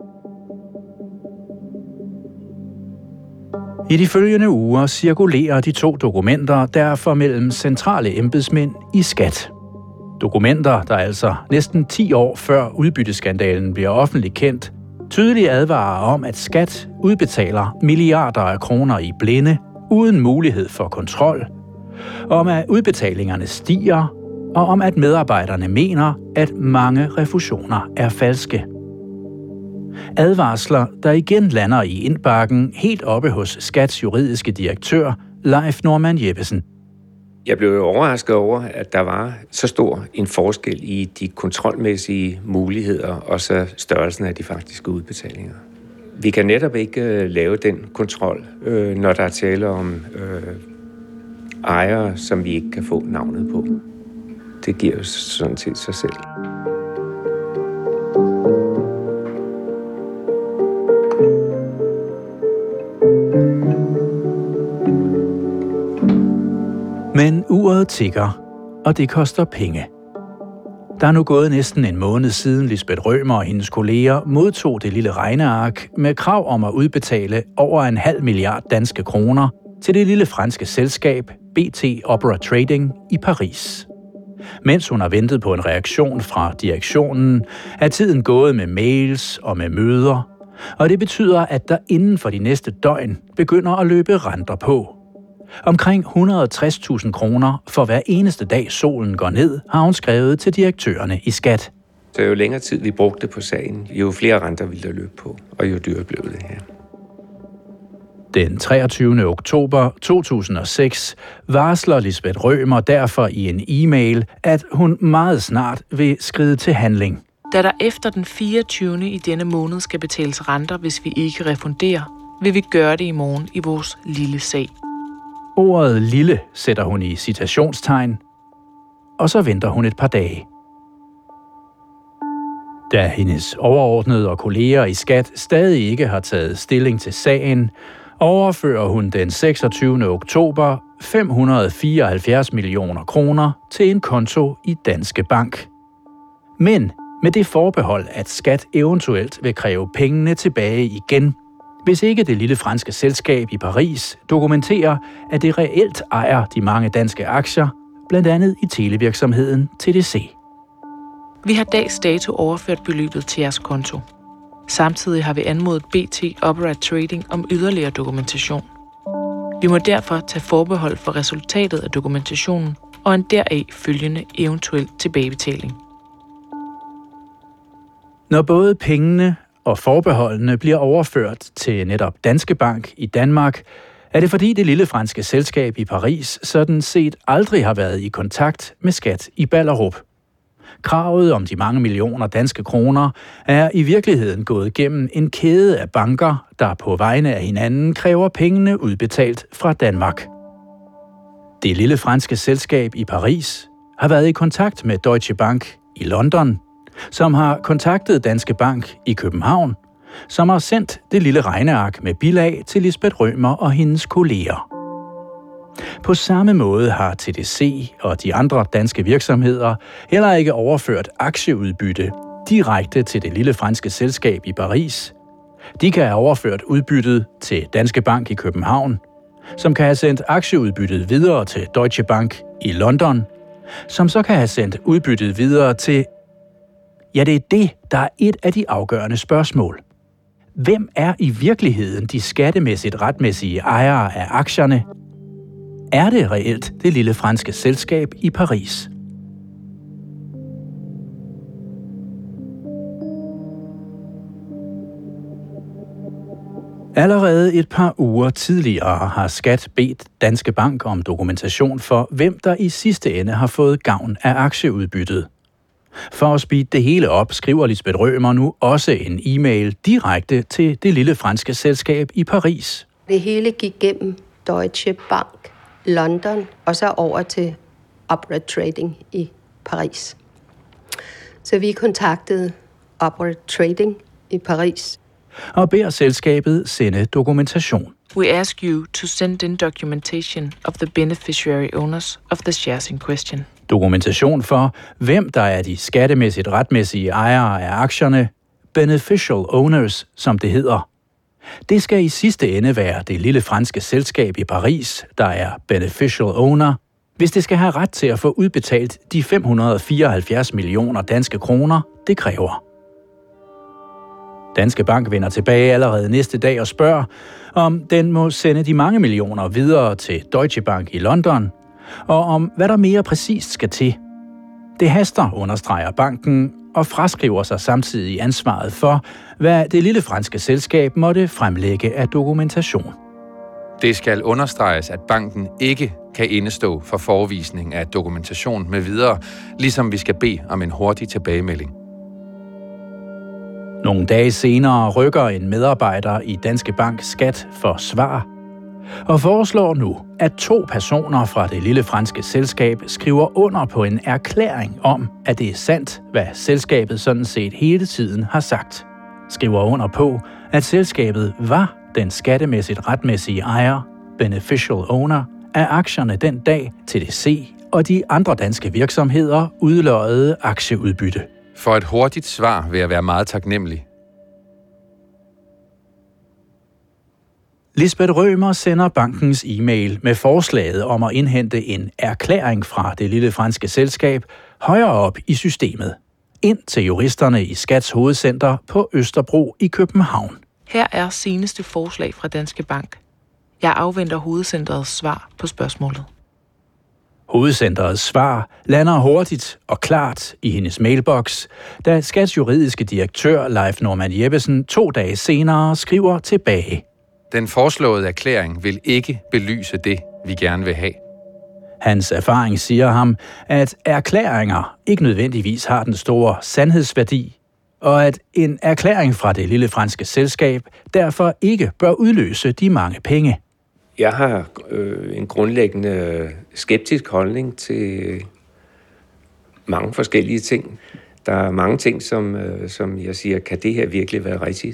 [SPEAKER 2] I de følgende uger cirkulerer de to dokumenter derfor mellem centrale embedsmænd i Skat. Dokumenter, der altså næsten ti år før udbytteskandalen bliver offentligt kendt, tydeligt advarer om, at Skat udbetaler milliarder af kroner i blinde, uden mulighed for kontrol, om at udbetalingerne stiger, og om at medarbejderne mener, at mange refusioner er falske. Advarsler, der igen lander i indbakken helt oppe hos Skats juridiske direktør, Leif Norman Jeppesen.
[SPEAKER 1] Jeg blev jo overrasket over, at der var så stor en forskel i de kontrolmæssige muligheder og så størrelsen af de faktiske udbetalinger. Vi kan netop ikke lave den kontrol, når der er tale om øh, ejere, som vi ikke kan få navnet på. Det giver jo sådan set sig selv.
[SPEAKER 2] Men uret tikker, og det koster penge. Der er nu gået næsten en måned siden Lisbeth Rømer og hendes kolleger modtog det lille regneark med krav om at udbetale over en halv milliard danske kroner til det lille franske selskab B T Opera Trading i Paris. Mens hun har ventet på en reaktion fra direktionen, er tiden gået med mails og med møder, og det betyder, at der inden for de næste døgn begynder at løbe renter på. Omkring et hundrede og tres tusind kroner for hver eneste dag solen går ned, har hun skrevet til direktørerne i Skat.
[SPEAKER 1] Så jo længere tid vi brugte på sagen, jo flere renter ville der løbe på, og jo dyrere blev det her.
[SPEAKER 2] Den treogtyvende oktober to tusind og seks varsler Lisbeth Rømer derfor i en e-mail, at hun meget snart vil skride til handling.
[SPEAKER 8] Da der efter den fireogtyvende i denne måned skal betales renter, hvis vi ikke refunderer, vil vi gøre det i morgen i vores lille sag.
[SPEAKER 2] Ordet lille sætter hun i citationstegn, og så venter hun et par dage. Da hendes overordnede og kolleger i Skat stadig ikke har taget stilling til sagen, overfører hun den seksogtyvende oktober fem hundrede og fireoghalvfjerds millioner kroner til en konto i Danske Bank. Men med det forbehold, at Skat eventuelt vil kræve pengene tilbage igen, hvis ikke det lille franske selskab i Paris dokumenterer, at det reelt ejer de mange danske aktier, blandt andet i televirksomheden T D C.
[SPEAKER 8] Vi har dags dato overført beløbet til jeres konto. Samtidig har vi anmodet B T Opera Trading om yderligere dokumentation. Vi må derfor tage forbehold for resultatet af dokumentationen og en deraf følgende eventuel tilbagebetaling.
[SPEAKER 2] Når både pengene og forbeholdene bliver overført til netop Danske Bank i Danmark, er det fordi det lille franske selskab i Paris sådan set aldrig har været i kontakt med Skat i Ballerup. Kravet om de mange millioner danske kroner er i virkeligheden gået gennem en kæde af banker, der på vegne af hinanden kræver pengene udbetalt fra Danmark. Det lille franske selskab i Paris har været i kontakt med Deutsche Bank i London, som har kontaktet Danske Bank i København, som har sendt det lille regneark med bilag til Lisbeth Rømer og hendes kolleger. På samme måde har T D C og de andre danske virksomheder heller ikke overført aktieudbytte direkte til det lille franske selskab i Paris. De kan have overført udbyttet til Danske Bank i København, som kan have sendt aktieudbyttet videre til Deutsche Bank i London, som så kan have sendt udbyttet videre til... Ja, det er det, der er et af de afgørende spørgsmål. Hvem er i virkeligheden de skattemæssigt retmæssige ejere af aktierne? Er det reelt det lille franske selskab i Paris? Allerede et par uger tidligere har Skat bedt Danske Bank om dokumentation for, hvem der i sidste ende har fået gavn af aktieudbyttet. For at speede det hele op, skriver Lisbeth Rømer nu også en e-mail direkte til det lille franske selskab i Paris.
[SPEAKER 3] Det hele gik gennem Deutsche Bank, London og så over til Opera Trading i Paris. Så vi kontaktede Opera Trading i Paris
[SPEAKER 2] og beder selskabet sende dokumentation.
[SPEAKER 8] We ask you to send in documentation of the beneficiary owners of the shares in question.
[SPEAKER 2] Dokumentation for, hvem der er de skattemæssigt retmæssige ejere af aktierne, beneficial owners, som det hedder. Det skal i sidste ende være det lille franske selskab i Paris, der er beneficial owner, hvis det skal have ret til at få udbetalt de fem hundrede fireoghalvfjerds millioner danske kroner, det kræver. Danske Bank vender tilbage allerede næste dag og spørger, om den må sende de mange millioner videre til Deutsche Bank i London, og om hvad der mere præcist skal til. Det haster, understreger banken, og fraskriver sig samtidig ansvaret for, hvad det lille franske selskab måtte fremlægge af dokumentation.
[SPEAKER 9] Det skal understreges, at banken ikke kan indestå for forvisning af dokumentation med videre, ligesom vi skal bede om en hurtig tilbagemelding.
[SPEAKER 2] Nogle dage senere rykker en medarbejder i Danske Bank Skat for svar, og foreslår nu, at to personer fra det lille franske selskab skriver under på en erklæring om, at det er sandt, hvad selskabet sådan set hele tiden har sagt. Skriver under på, at selskabet var den skattemæssigt retmæssige ejer, beneficial owner, af aktierne den dag T D C og de andre danske virksomheder udloddede aktieudbytte.
[SPEAKER 9] For et hurtigt svar vil jeg være meget taknemmelig.
[SPEAKER 2] Lisbeth Rømer sender bankens e-mail med forslaget om at indhente en erklæring fra det lille franske selskab højere op i systemet, ind til juristerne i Skats hovedcenter på Østerbro i København.
[SPEAKER 8] Her er seneste forslag fra Danske Bank. Jeg afventer hovedcenterets svar på spørgsmålet.
[SPEAKER 2] Hovedcenterets svar lander hurtigt og klart i hendes mailbox, da Skats juridiske direktør Leif Norman Jeppesen to dage senere skriver tilbage.
[SPEAKER 9] Den foreslåede erklæring vil ikke belyse det, vi gerne vil have.
[SPEAKER 2] Hans erfaring siger ham, at erklæringer ikke nødvendigvis har den store sandhedsværdi, og at en erklæring fra det lille franske selskab derfor ikke bør udløse de mange penge.
[SPEAKER 1] Jeg har øh, en grundlæggende skeptisk holdning til mange forskellige ting. Der er mange ting, som, øh, som jeg siger, kan det her virkelig være rigtigt?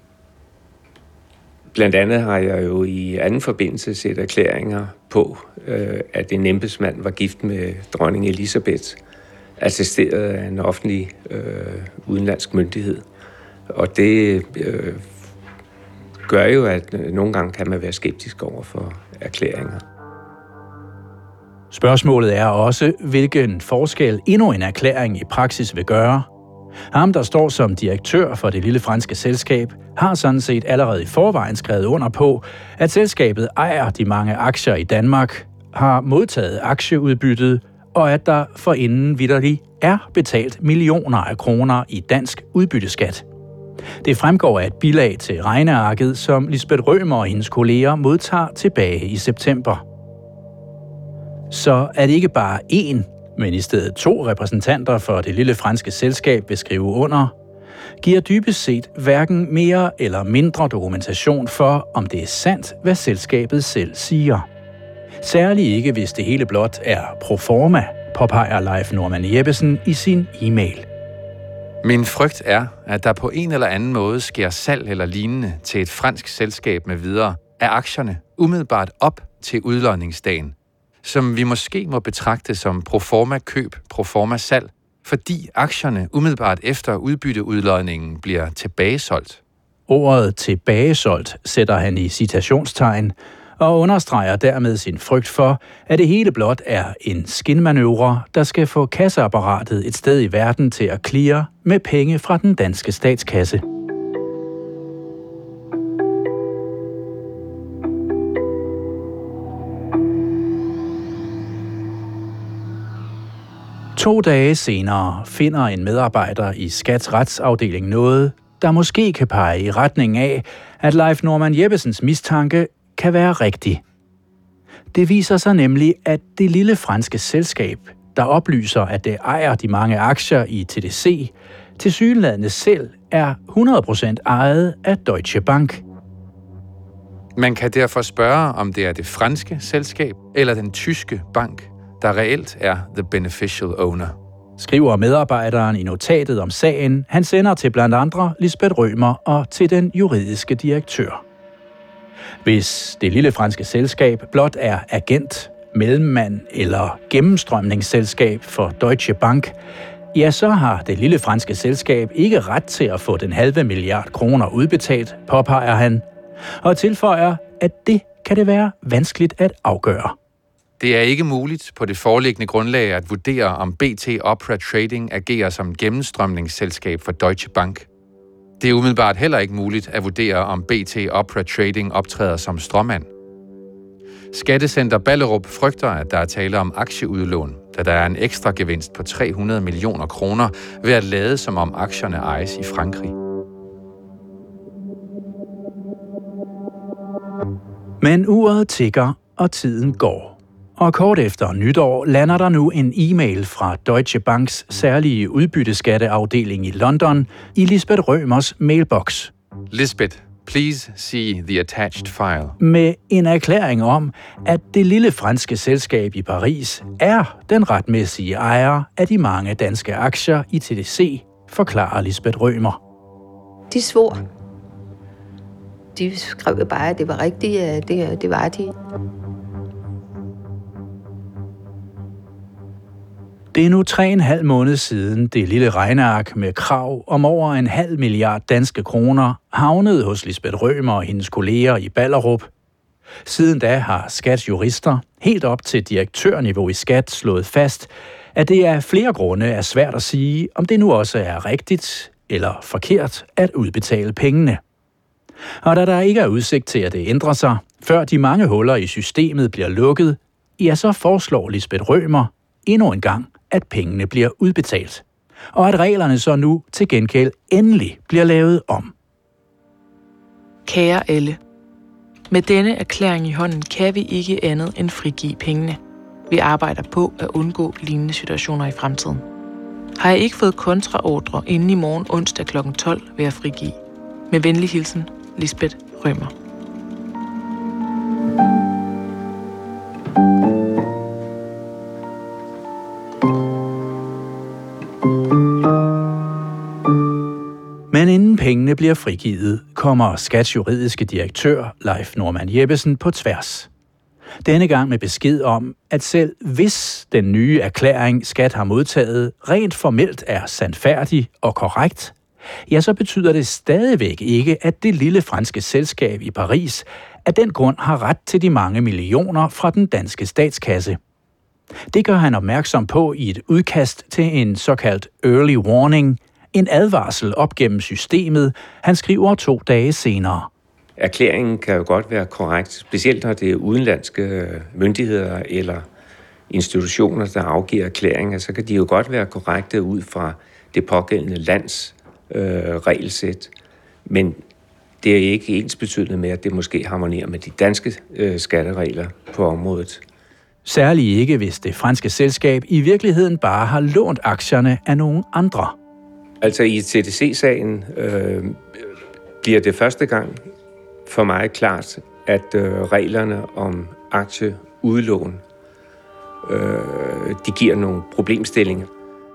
[SPEAKER 1] Blandt andet har jeg jo i anden forbindelse set erklæringer på, øh, at en embedsmand var gift med dronning Elisabeth, assisteret af en offentlig øh, udenlandsk myndighed. Og det øh, gør jo, at nogle gange kan man være skeptisk over for erklæringer.
[SPEAKER 2] Spørgsmålet er også, hvilken forskel endnu en erklæring i praksis vil gøre. Ham, der står som direktør for det lille franske selskab, har sådan set allerede i forvejen skrevet under på, at selskabet ejer de mange aktier i Danmark, har modtaget aktieudbyttet, og at der forinden vitterlig er betalt millioner af kroner i dansk udbytteskat. Det fremgår af et bilag til regnearket, som Lisbeth Rømer og hendes kolleger modtager tilbage i september. Så er det ikke bare én, men i stedet to repræsentanter for det lille franske selskab vil skrive under, giver dybest set hverken mere eller mindre dokumentation for, om det er sandt, hvad selskabet selv siger. Særligt ikke, hvis det hele blot er proforma, påpeger Leif Norman Jeppesen i sin e-mail.
[SPEAKER 9] Min frygt er, at der på en eller anden måde sker salg eller lignende til et fransk selskab med videre af aktierne umiddelbart op til udlodningsdagen, som vi måske må betragte som proforma køb, proforma salg, fordi aktierne umiddelbart efter udbytteudlodningen bliver tilbagesolgt.
[SPEAKER 2] Ordet tilbagesolgt sætter han i citationstegn og understreger dermed sin frygt for, at det hele blot er en skinmanøvre, der skal få kasseapparatet et sted i verden til at cleare med penge fra den danske statskasse. To dage senere finder en medarbejder i Skats retsafdeling noget, der måske kan pege i retning af, at Leif Norman Jeppesens mistanke kan være rigtig. Det viser sig nemlig, at det lille franske selskab, der oplyser, at det ejer de mange aktier i T D C, tilsyneladende selv er hundrede procent ejet af Deutsche Bank.
[SPEAKER 9] Man kan derfor spørge, om det er det franske selskab eller den tyske bank, der reelt er the beneficial owner.
[SPEAKER 2] Skriver medarbejderen i notatet om sagen, han sender til blandt andre Lisbeth Rømer og til den juridiske direktør. Hvis det lille franske selskab blot er agent, mellemmand eller gennemstrømningsselskab for Deutsche Bank, ja, så har det lille franske selskab ikke ret til at få den halve milliard kroner udbetalt, påpeger han, og tilføjer, at det kan det være vanskeligt at afgøre.
[SPEAKER 9] Det er ikke muligt på det foreliggende grundlag at vurdere, om B T Opera Trading agerer som gennemstrømningsselskab for Deutsche Bank. Det er umiddelbart heller ikke muligt at vurdere, om B T Opera Trading optræder som stråmand. Skattecenter Ballerup frygter, at der er tale om aktieudlån, da der er en ekstra gevinst på tre hundrede millioner kroner ved at lade, som om aktierne ejes i Frankrig.
[SPEAKER 2] Men uret tikker, og tiden går. Og kort efter nytår lander der nu en e-mail fra Deutsche Banks særlige udbytteskatteafdeling i London i Lisbeth Rømers mailbox.
[SPEAKER 9] Lisbeth, please see the attached file.
[SPEAKER 2] Med en erklæring om, at det lille franske selskab i Paris er den retmæssige ejer af de mange danske aktier i T D C, forklarer Lisbeth Rømer.
[SPEAKER 3] De svor. De skrev jo bare, at det var rigtigt, at det, det var de.
[SPEAKER 2] Det er nu tre og en halv måned siden det lille regneark med krav om over en halv milliard danske kroner havnede hos Lisbeth Rømer og hendes kolleger i Ballerup. Siden da har Skats jurister helt op til direktørniveau i Skat slået fast, at det af flere grunde er svært at sige, om det nu også er rigtigt eller forkert at udbetale pengene. Og da der ikke er udsigt til, at det ændrer sig, før de mange huller i systemet bliver lukket, ja, så foreslår Lisbeth Rømer endnu en gang, at pengene bliver udbetalt, og at reglerne så nu til gengæld endelig bliver lavet om.
[SPEAKER 8] Kære alle, med denne erklæring i hånden kan vi ikke andet end frigive pengene. Vi arbejder på at undgå lignende situationer i fremtiden. Har jeg ikke fået kontraordre inden i morgen onsdag klokken tolv, vil jeg frigive. Med venlig hilsen, Lisbeth Rømer.
[SPEAKER 2] Men inden pengene bliver frigivet, kommer Skats juridiske direktør, Leif Norman Jeppesen, på tværs. Denne gang med besked om, at selv hvis den nye erklæring, Skat har modtaget, rent formelt er sandfærdig og korrekt, ja, så betyder det stadigvæk ikke, at det lille franske selskab i Paris af den grund har ret til de mange millioner fra den danske statskasse. Det gør han opmærksom på i et udkast til en såkaldt early warning, en advarsel op gennem systemet, han skriver to dage senere.
[SPEAKER 1] Erklæringen kan jo godt være korrekt, specielt når det er udenlandske myndigheder eller institutioner, der afgiver erklæringer, så kan de jo godt være korrekte ud fra det pågældende lands øh, regelsæt. Men det er ikke ensbetydende med, at det måske harmonerer med de danske øh, skatteregler på området.
[SPEAKER 2] Særligt ikke, hvis det franske selskab i virkeligheden bare har lånt aktierne af nogen andre.
[SPEAKER 1] Altså i T D C-sagen øh, bliver det første gang for mig klart, at øh, reglerne om aktieudlån, øh, de giver nogle problemstillinger.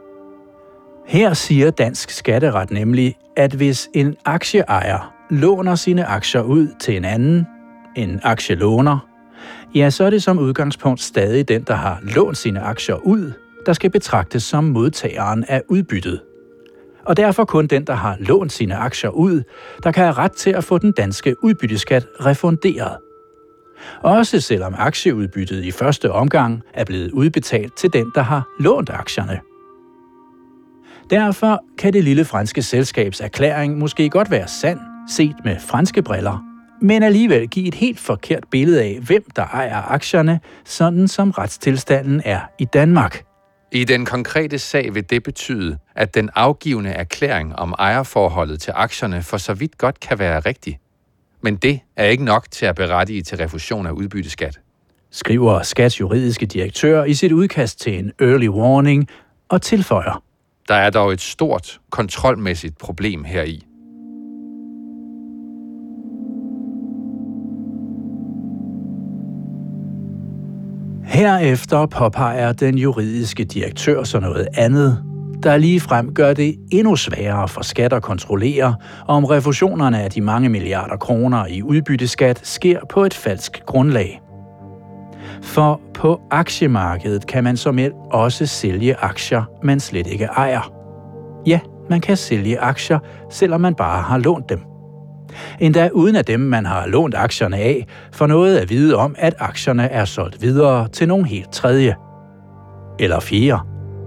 [SPEAKER 2] Her siger dansk skatteret nemlig, at hvis en aktieejer låner sine aktier ud til en anden, en aktielåner, ja, så er det som udgangspunkt stadig den, der har lånt sine aktier ud, der skal betragtes som modtageren af udbyttet. Og derfor kun den, der har lånt sine aktier ud, der kan have ret til at få den danske udbytteskat refunderet. Også selvom aktieudbyttet i første omgang er blevet udbetalt til den, der har lånt aktierne. Derfor kan det lille franske selskabs erklæring måske godt være sand, set med franske briller, men alligevel give et helt forkert billede af, hvem der ejer aktierne, sådan som retstilstanden er i Danmark.
[SPEAKER 9] I den konkrete sag vil det betyde, at den afgivende erklæring om ejerforholdet til aktierne for så vidt godt kan være rigtig. Men det er ikke nok til at berettige til refusion af udbytteskat.
[SPEAKER 2] Skriver Skats juridiske direktør i sit udkast til en early warning og tilføjer.
[SPEAKER 9] Der er dog et stort kontrolmæssigt problem heri.
[SPEAKER 2] Herefter påpeger den juridiske direktør så noget andet, der ligefrem gør det endnu sværere for Skat at kontrollere, om refusionerne af de mange milliarder kroner i udbytteskat sker på et falsk grundlag. For på aktiemarkedet kan man som også sælge aktier, man slet ikke ejer. Ja, man kan sælge aktier, selvom man bare har lånt dem. Endda uden at dem, man har lånt aktierne af, får noget at vide om, at aktierne er solgt videre til nogen helt tredje. Eller fjerde.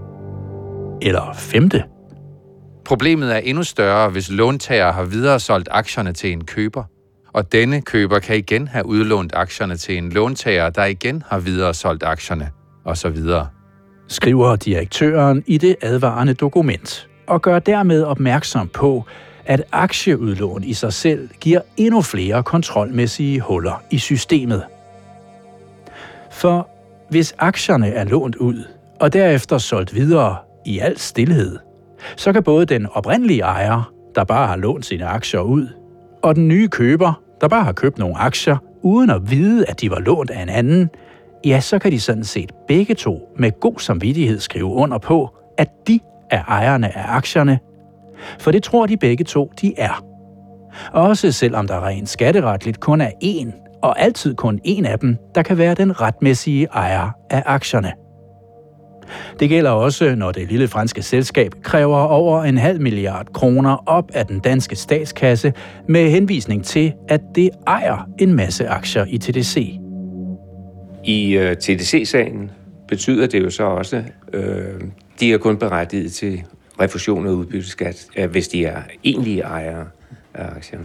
[SPEAKER 2] Eller femte.
[SPEAKER 9] Problemet er endnu større, hvis låntager har videre solgt aktierne til en køber, og denne køber kan igen have udlånt aktierne til en låntager, der igen har videre solgt aktierne, osv.
[SPEAKER 2] Skriver direktøren i det advarende dokument, og gør dermed opmærksom på, at aktieudlån i sig selv giver endnu flere kontrolmæssige huller i systemet. For hvis aktierne er lånt ud, og derefter solgt videre i al stilhed, så kan både den oprindelige ejer, der bare har lånt sine aktier ud, og den nye køber, der bare har købt nogle aktier, uden at vide, at de var lånt af en anden, ja, så kan de sådan set begge to med god samvittighed skrive under på, at de er ejerne af aktierne, for det tror de begge to, de er. Også selvom der rent skatteretligt kun er én, og altid kun én af dem, der kan være den retmæssige ejer af aktierne. Det gælder også, når det lille franske selskab kræver over en halv milliard kroner op af den danske statskasse med henvisning til, at det ejer en masse aktier i T D C.
[SPEAKER 1] I uh, T D C-sagen betyder det jo så også, øh, de er kun berettiget til refusion af udbytteskat, hvis de er egentlige ejere af aktierne.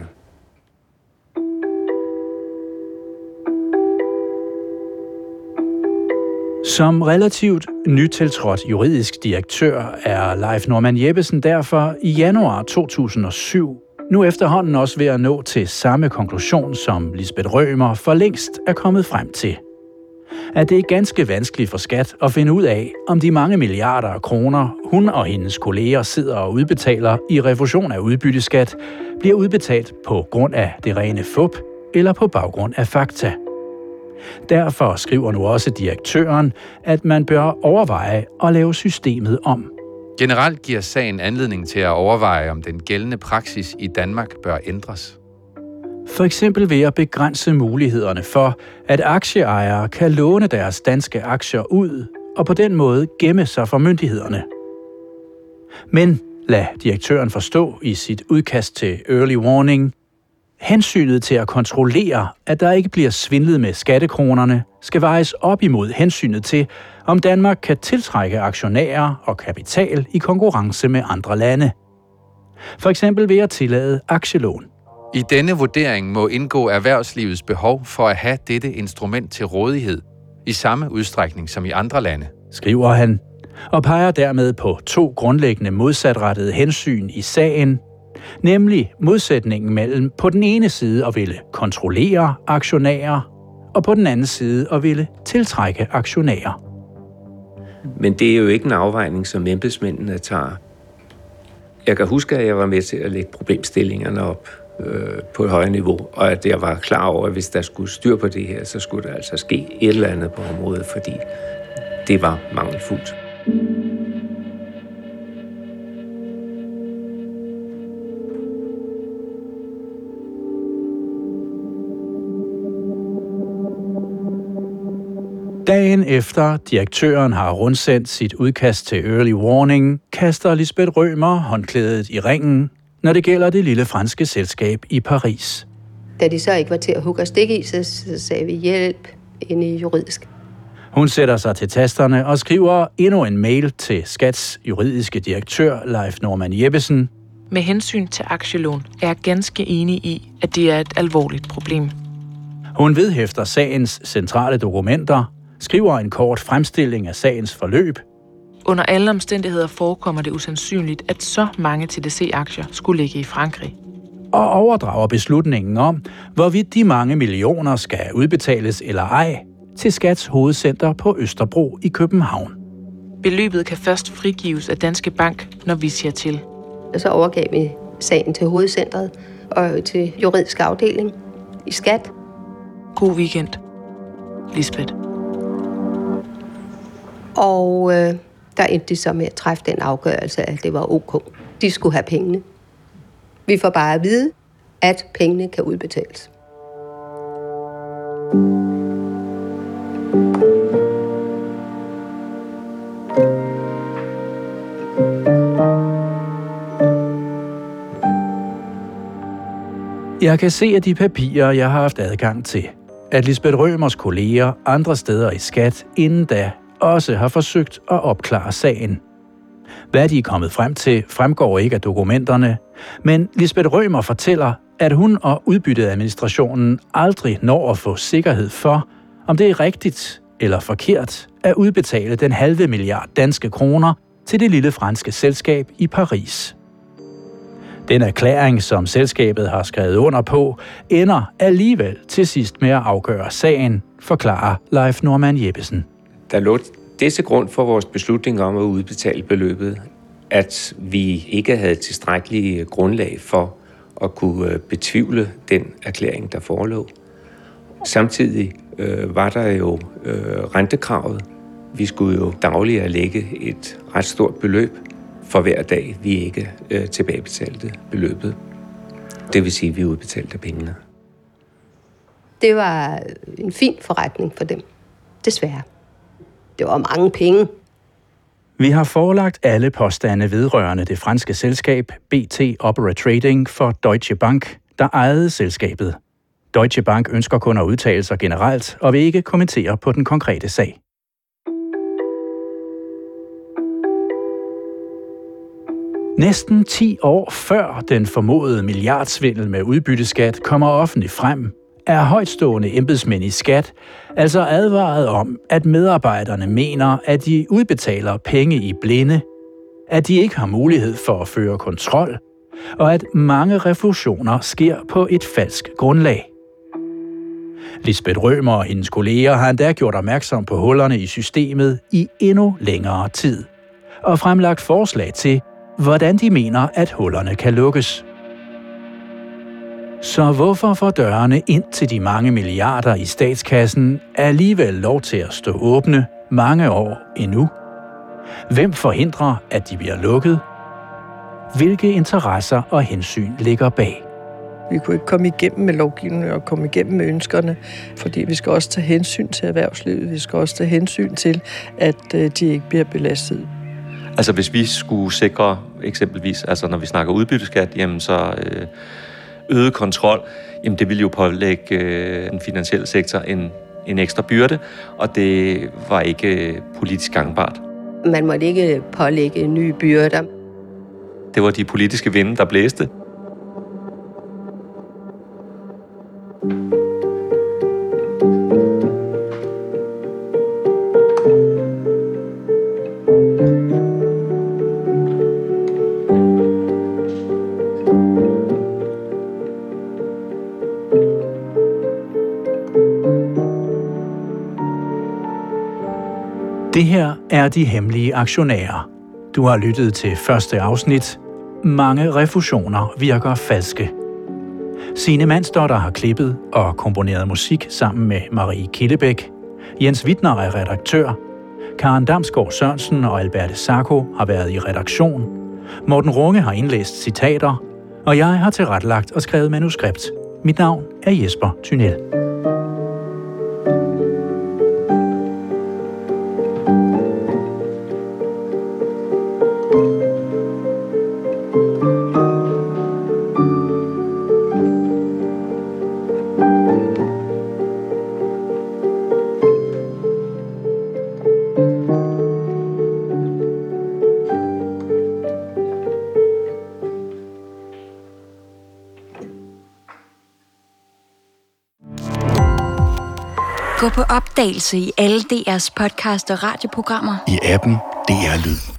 [SPEAKER 2] Som relativt nytiltrådt juridisk direktør er Leif Norman Jeppesen derfor i januar to tusind og syv nu efterhånden også ved at nå til samme konklusion, som Lisbeth Rømer for længst er kommet frem til. At det er ganske vanskeligt for Skat at finde ud af, om de mange milliarder af kroner, hun og hendes kolleger sidder og udbetaler i refusion af udbytteskat, bliver udbetalt på grund af det rene fup eller på baggrund af fakta. Derfor skriver nu også direktøren, at man bør overveje at lave systemet om.
[SPEAKER 9] Generelt giver sagen anledning til at overveje, om den gældende praksis i Danmark bør ændres.
[SPEAKER 2] For eksempel ved at begrænse mulighederne for, at aktieejere kan låne deres danske aktier ud og på den måde gemme sig for myndighederne. Men lad direktøren forstå i sit udkast til early warning, hensynet til at kontrollere, at der ikke bliver svindlet med skattekronerne, skal vejes op imod hensynet til, om Danmark kan tiltrække aktionærer og kapital i konkurrence med andre lande. For eksempel ved at tillade aktielån.
[SPEAKER 9] I denne vurdering må indgå erhvervslivets behov for at have dette instrument til rådighed i samme udstrækning som i andre lande,
[SPEAKER 2] skriver han, og peger dermed på to grundlæggende modsatrettede hensyn i sagen, nemlig modsætningen mellem på den ene side at ville kontrollere aktionærer, og på den anden side at ville tiltrække aktionærer.
[SPEAKER 1] Men det er jo ikke en afvejning, som embedsmændene tager. Jeg kan huske, at jeg var med til at lægge problemstillingerne op øh, på et højere niveau, og at jeg var klar over, at hvis der skulle styr på det her, så skulle der altså ske et eller andet på området, fordi det var mangelfuldt.
[SPEAKER 2] Dagen efter direktøren har rundsendt sit udkast til early warning, kaster Lisbeth Rømer håndklædet i ringen, når det gælder det lille franske selskab i Paris.
[SPEAKER 3] Da de så ikke var til at hugge og stikke i, så sagde vi hjælp ind i juridisk.
[SPEAKER 2] Hun sætter sig til tasterne og skriver endnu en mail til Skats juridiske direktør, Leif Norman Jeppesen.
[SPEAKER 8] Med hensyn til aktielån er jeg ganske enig i, at det er et alvorligt problem.
[SPEAKER 2] Hun vedhæfter sagens centrale dokumenter, skriver en kort fremstilling af sagens forløb,
[SPEAKER 8] Under alle omstændigheder forekommer det usandsynligt, at så mange T D C-aktier skulle ligge i Frankrig.
[SPEAKER 2] Og overdrager beslutningen om, hvorvidt de mange millioner skal udbetales eller ej, til Skats hovedcenter på Østerbro i København.
[SPEAKER 8] Beløbet kan først frigives af Danske Bank, når vi siger til.
[SPEAKER 3] Og så overgav vi sagen til hovedcentret og til juridisk afdeling i Skat.
[SPEAKER 8] God weekend, Lisbeth.
[SPEAKER 3] Og øh, der endte de så med at træffe den afgørelse, at det var ok. De skulle have pengene. Vi får bare at vide, at pengene kan udbetales.
[SPEAKER 2] Jeg kan se af de papirer, jeg har haft adgang til, at Lisbeth Rømers kolleger andre steder i Skat inden da også har forsøgt at opklare sagen. Hvad de er kommet frem til, fremgår ikke af dokumenterne, men Lisbeth Rømer fortæller, at hun og udbytteadministrationen aldrig når at få sikkerhed for, om det er rigtigt eller forkert at udbetale den halve milliard danske kroner til det lille franske selskab i Paris. Den erklæring, som selskabet har skrevet under på, ender alligevel til sidst med at afgøre sagen, forklarer Leif Norman Jeppesen.
[SPEAKER 1] Der lå det til grund for vores beslutning om at udbetale beløbet, at vi ikke havde tilstrækkeligt grundlag for at kunne betvivle den erklæring, der forelå. Samtidig øh, var der jo øh, rentekravet. Vi skulle jo dagligt lægge et ret stort beløb for hver dag, vi ikke øh, tilbagebetalte beløbet. Det vil sige, at vi udbetalte pengene.
[SPEAKER 3] Det var en fin forretning for dem, desværre. Det var mange penge.
[SPEAKER 2] Vi har forelagt alle påstande vedrørende det franske selskab B T Opera Trading for Deutsche Bank, der ejede selskabet. Deutsche Bank ønsker kun at udtale sig generelt og vil ikke kommentere på den konkrete sag. Næsten ti år før den formodede milliardsvindel med udbytteskat kommer offentligt frem, er højtstående embedsmænd i Skat altså advaret om, at medarbejderne mener, at de udbetaler penge i blinde, at de ikke har mulighed for at føre kontrol, og at mange refusioner sker på et falsk grundlag. Lisbeth Rømer og hendes kolleger har endda gjort opmærksom på hullerne i systemet i endnu længere tid, og fremlagt forslag til, hvordan de mener, at hullerne kan lukkes. Så hvorfor får dørene ind til de mange milliarder i statskassen alligevel lov til at stå åbne mange år endnu? Hvem forhindrer, at de bliver lukket? Hvilke interesser og hensyn ligger bag?
[SPEAKER 7] Vi kunne ikke komme igennem med lovgivningen og komme igennem med ønskerne, fordi vi skal også tage hensyn til erhvervslivet. Vi skal også tage hensyn til, at de ikke bliver belastet.
[SPEAKER 6] Altså hvis vi skulle sikre eksempelvis, altså når vi snakker udbytteskat, jamen så øh, øget kontrol, jamen det ville jo pålægge øh, den finansielle sektor en, en ekstra byrde, og det var ikke øh, politisk gangbart.
[SPEAKER 3] Man måtte ikke pålægge nye byrder.
[SPEAKER 6] Det var de politiske vinde, der blæste.
[SPEAKER 2] Det her er De Hemmelige Aktionærer. Du har lyttet til første afsnit. Mange refusioner virker falske. Signe Mandsdotter har klippet og komponeret musik sammen med Marie Killebæk. Jens Wittner er redaktør. Karen Damsgaard Sørensen og Alberte Sacco har været i redaktion. Morten Runge har indlæst citater. Og jeg har tilrettelagt og skrevet manuskript. Mit navn er Jesper Thynel.
[SPEAKER 10] Gå på opdagelse i alle D R's podcast og radioprogrammer.
[SPEAKER 11] I appen
[SPEAKER 10] D R Lyd.